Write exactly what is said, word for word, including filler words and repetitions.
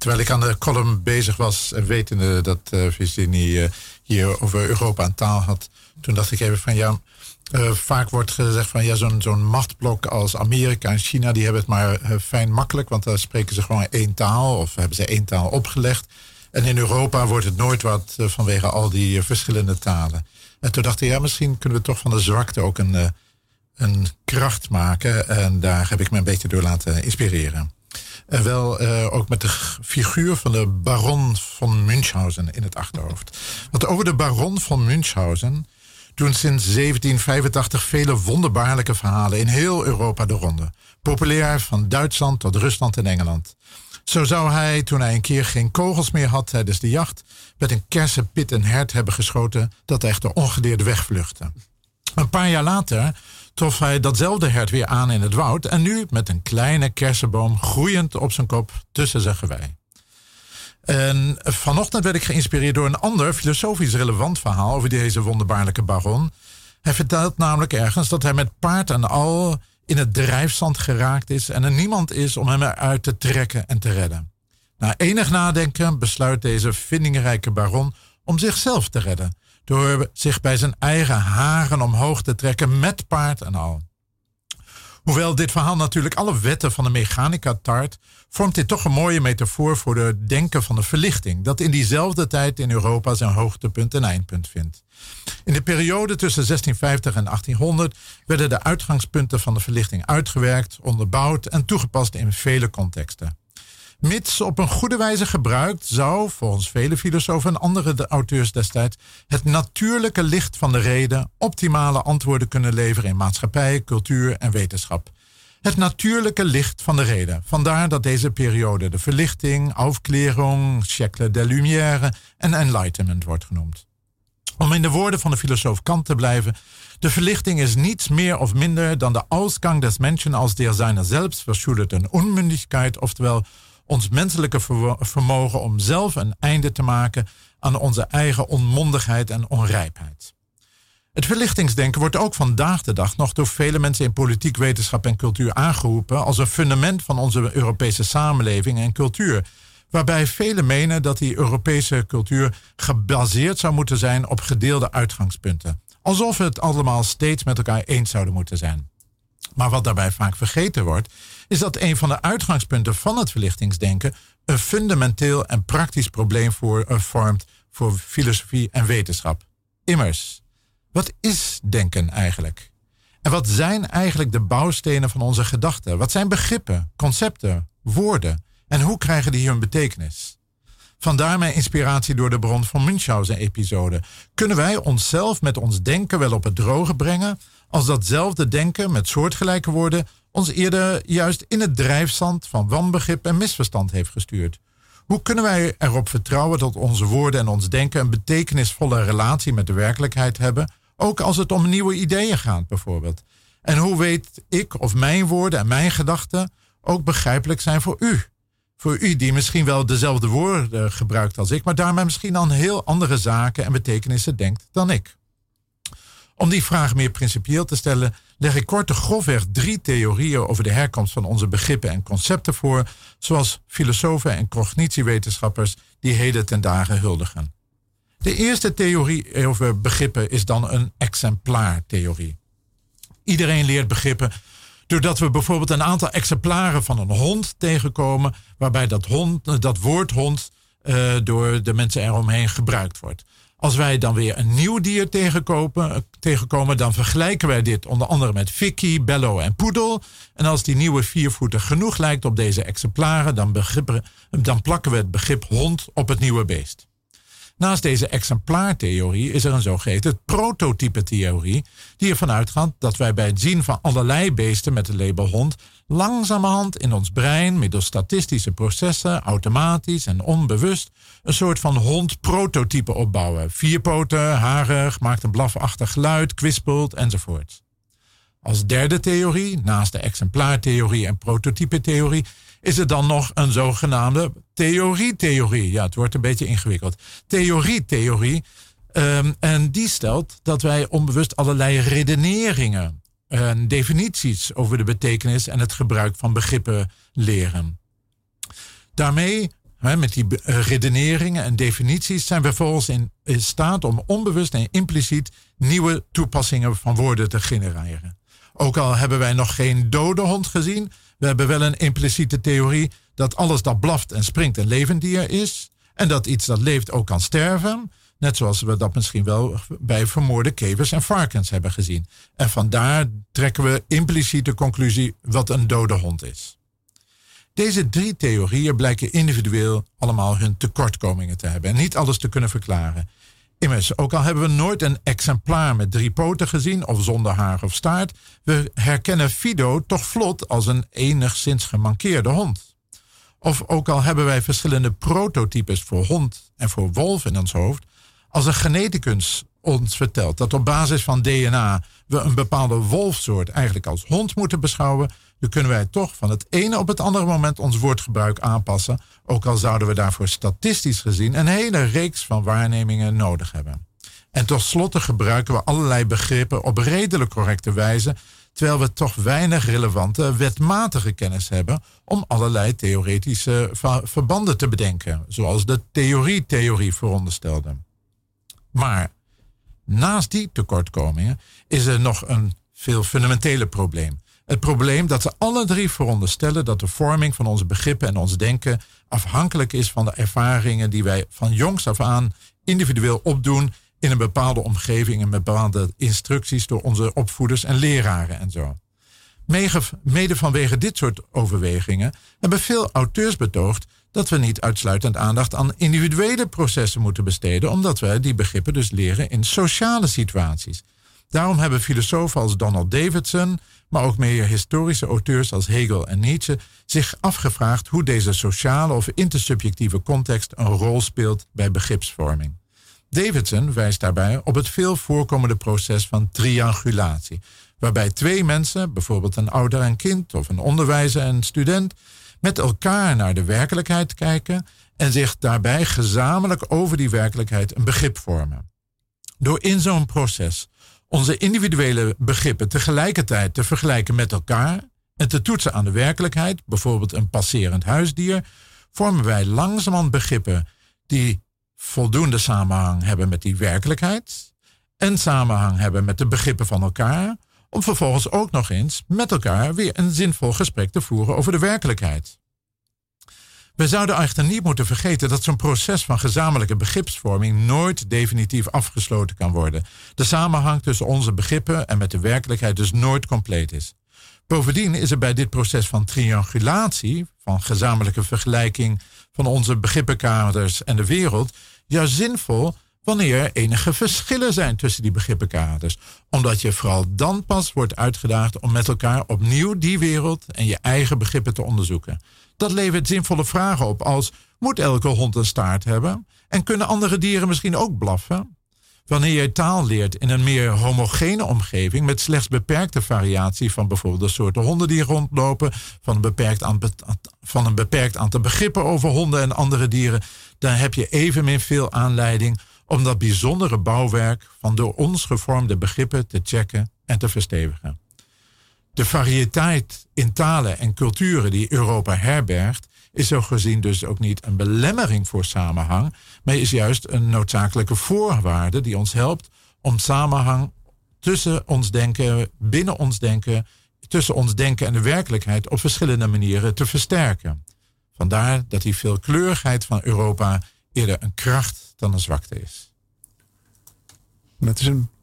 terwijl ik aan de column bezig was, wetende dat uh, Virginie uh, hier over Europa aan taal had, toen dacht ik even van ja, uh, vaak wordt gezegd van ja, zo'n, zo'n machtblok als Amerika en China, die hebben het maar uh, fijn makkelijk, want daar spreken ze gewoon één taal of hebben ze één taal opgelegd. En in Europa wordt het nooit wat uh, vanwege al die uh, verschillende talen. En toen dacht ik, ja, misschien kunnen we toch van de zwakte ook een, uh, een kracht maken. En daar heb ik me een beetje door laten inspireren. En wel uh, ook met de figuur van de baron van Münchhausen in het achterhoofd. Want over de baron van Münchhausen doen sinds zeventien vijfentachtig vele wonderbaarlijke verhalen in heel Europa de ronde. Populair van Duitsland tot Rusland en Engeland. Zo zou hij, toen hij een keer geen kogels meer had tijdens de jacht, met een kersenpit een hert hebben geschoten dat echter ongedeerd wegvluchtte. Een paar jaar later trof hij datzelfde hert weer aan in het woud en nu met een kleine kersenboom groeiend op zijn kop tussen zijn gewei. En vanochtend werd ik geïnspireerd door een ander filosofisch relevant verhaal over deze wonderbaarlijke baron. Hij vertelt namelijk ergens dat hij met paard en al in het drijfzand geraakt is en er niemand is om hem eruit te trekken en te redden. Na enig nadenken besluit deze vindingrijke baron om zichzelf te redden, door zich bij zijn eigen haren omhoog te trekken met paard en al. Hoewel dit verhaal natuurlijk alle wetten van de mechanica tart, vormt dit toch een mooie metafoor voor de denken van de verlichting, dat in diezelfde tijd in Europa zijn hoogtepunt en eindpunt vindt. In de periode tussen zestien vijftig en achttienhonderd werden de uitgangspunten van de verlichting uitgewerkt, onderbouwd en toegepast in vele contexten. Mits op een goede wijze gebruikt, zou, volgens vele filosofen en andere de auteurs destijds, het natuurlijke licht van de reden optimale antwoorden kunnen leveren in maatschappij, cultuur en wetenschap. Het natuurlijke licht van de reden. Vandaar dat deze periode de verlichting, aufklärung, siècle des Lumières en enlightenment wordt genoemd. Om in de woorden van de filosoof Kant te blijven, de verlichting is niets meer of minder dan de Ausgang des Menschen aus der seiner selbst verschuldeten Unmündigkeit, oftewel ons menselijke vermogen om zelf een einde te maken aan onze eigen onmondigheid en onrijpheid. Het verlichtingsdenken wordt ook vandaag de dag nog door vele mensen in politiek, wetenschap en cultuur aangeroepen als een fundament van onze Europese samenleving en cultuur, waarbij velen menen dat die Europese cultuur gebaseerd zou moeten zijn op gedeelde uitgangspunten. Alsof we het allemaal steeds met elkaar eens zouden moeten zijn. Maar wat daarbij vaak vergeten wordt, is dat een van de uitgangspunten van het verlichtingsdenken een fundamenteel en praktisch probleem voor, uh, vormt voor filosofie en wetenschap. Immers, wat is denken eigenlijk? En wat zijn eigenlijk de bouwstenen van onze gedachten? Wat zijn begrippen, concepten, woorden? En hoe krijgen die hun betekenis? Vandaar mijn inspiratie door de bron van Münchhausen-episode. Kunnen wij onszelf met ons denken wel op het droge brengen, als datzelfde denken met soortgelijke woorden ons eerder juist in het drijfzand van wanbegrip en misverstand heeft gestuurd? Hoe kunnen wij erop vertrouwen dat onze woorden en ons denken een betekenisvolle relatie met de werkelijkheid hebben, ook als het om nieuwe ideeën gaat bijvoorbeeld? En hoe weet ik of mijn woorden en mijn gedachten ook begrijpelijk zijn voor u? Voor u die misschien wel dezelfde woorden gebruikt als ik, maar daarmee misschien aan heel andere zaken en betekenissen denkt dan ik. Om die vraag meer principieel te stellen, leg ik kort grofweg drie theorieën over de herkomst van onze begrippen en concepten voor, zoals filosofen en cognitiewetenschappers die heden ten dagen huldigen. De eerste theorie over begrippen is dan een exemplaartheorie. Iedereen leert begrippen doordat we bijvoorbeeld een aantal exemplaren van een hond tegenkomen, waarbij dat, hond, dat woord hond uh, door de mensen eromheen gebruikt wordt. Als wij dan weer een nieuw dier tegenkomen, tegenkomen, dan vergelijken wij dit onder andere met Vicky, Bello en Poedel. En als die nieuwe viervoeter genoeg lijkt op deze exemplaren, dan, begrip, dan plakken we het begrip hond op het nieuwe beest. Naast deze exemplaartheorie is er een zogeheten prototype-theorie, die ervan uitgaat dat wij bij het zien van allerlei beesten met het label hond langzamerhand in ons brein middels statistische processen, automatisch en onbewust, een soort van hond-prototype opbouwen. Vierpoten, harig, maakt een blafachtig geluid, kwispelt enzovoort. Als derde theorie, naast de exemplaartheorie en prototype-theorie, is er dan nog een zogenaamde theorie-theorie. Ja, het wordt een beetje ingewikkeld. Theorie-theorie. Um, en die stelt dat wij onbewust allerlei redeneringen en definities over de betekenis en het gebruik van begrippen leren. Daarmee He, met die redeneringen en definities zijn we vervolgens in, in staat om onbewust en impliciet nieuwe toepassingen van woorden te genereren. Ook al hebben wij nog geen dode hond gezien, we hebben wel een impliciete theorie dat alles dat blaft en springt een levend dier is. En dat iets dat leeft ook kan sterven. Net zoals we dat misschien wel bij vermoorde kevers en varkens hebben gezien. En vandaar trekken we impliciet de conclusie wat een dode hond is. Deze drie theorieën blijken individueel allemaal hun tekortkomingen te hebben en niet alles te kunnen verklaren. Immers, ook al hebben we nooit een exemplaar met drie poten gezien of zonder haar of staart, we herkennen Fido toch vlot als een enigszins gemankeerde hond. Of ook al hebben wij verschillende prototypes voor hond en voor wolf in ons hoofd, als een geneticus ons vertelt dat op basis van D N A we een bepaalde wolfsoort eigenlijk als hond moeten beschouwen, dan kunnen wij toch van het ene op het andere moment ons woordgebruik aanpassen, ook al zouden we daarvoor statistisch gezien een hele reeks van waarnemingen nodig hebben. En tot slotte gebruiken we allerlei begrippen op redelijk correcte wijze, terwijl we toch weinig relevante wetmatige kennis hebben om allerlei theoretische va- verbanden te bedenken, zoals de theorie-theorie veronderstelde. Maar naast die tekortkomingen is er nog een veel fundamenteler probleem. Het probleem dat ze alle drie veronderstellen dat de vorming van onze begrippen en ons denken afhankelijk is van de ervaringen die wij van jongs af aan individueel opdoen in een bepaalde omgeving en met bepaalde instructies door onze opvoeders en leraren en zo. Mede vanwege dit soort overwegingen hebben veel auteurs betoogd dat we niet uitsluitend aandacht aan individuele processen moeten besteden, omdat we die begrippen dus leren in sociale situaties. Daarom hebben filosofen als Donald Davidson, maar ook meer historische auteurs als Hegel en Nietzsche zich afgevraagd hoe deze sociale of intersubjectieve context een rol speelt bij begripsvorming. Davidson wijst daarbij op het veel voorkomende proces van triangulatie, waarbij twee mensen, bijvoorbeeld een ouder en kind of een onderwijzer en student, met elkaar naar de werkelijkheid kijken en zich daarbij gezamenlijk over die werkelijkheid een begrip vormen. Door in zo'n proces onze individuele begrippen tegelijkertijd te vergelijken met elkaar en te toetsen aan de werkelijkheid, bijvoorbeeld een passerend huisdier, vormen wij langzamerhand begrippen die voldoende samenhang hebben met die werkelijkheid en samenhang hebben met de begrippen van elkaar, om vervolgens ook nog eens met elkaar weer een zinvol gesprek te voeren over de werkelijkheid. We zouden echter niet moeten vergeten dat zo'n proces van gezamenlijke begripsvorming nooit definitief afgesloten kan worden. De samenhang tussen onze begrippen en met de werkelijkheid dus nooit compleet is. Bovendien is er bij dit proces van triangulatie, van gezamenlijke vergelijking van onze begrippenkaders en de wereld, juist zinvol wanneer er enige verschillen zijn tussen die begrippenkaders. Omdat je vooral dan pas wordt uitgedaagd om met elkaar opnieuw die wereld en je eigen begrippen te onderzoeken. Dat levert zinvolle vragen op als, moet elke hond een staart hebben? En kunnen andere dieren misschien ook blaffen? Wanneer je taal leert in een meer homogene omgeving met slechts beperkte variatie van bijvoorbeeld de soorten honden die rondlopen, van een beperkt aantal, van een beperkt aantal begrippen over honden en andere dieren, dan heb je evenmin veel aanleiding om dat bijzondere bouwwerk van door ons gevormde begrippen te checken en te verstevigen. De variëteit in talen en culturen die Europa herbergt is zo gezien dus ook niet een belemmering voor samenhang, maar is juist een noodzakelijke voorwaarde die ons helpt om samenhang tussen ons denken, binnen ons denken, tussen ons denken en de werkelijkheid op verschillende manieren te versterken. Vandaar dat die veelkleurigheid van Europa eerder een kracht dan een zwakte is. Dat is een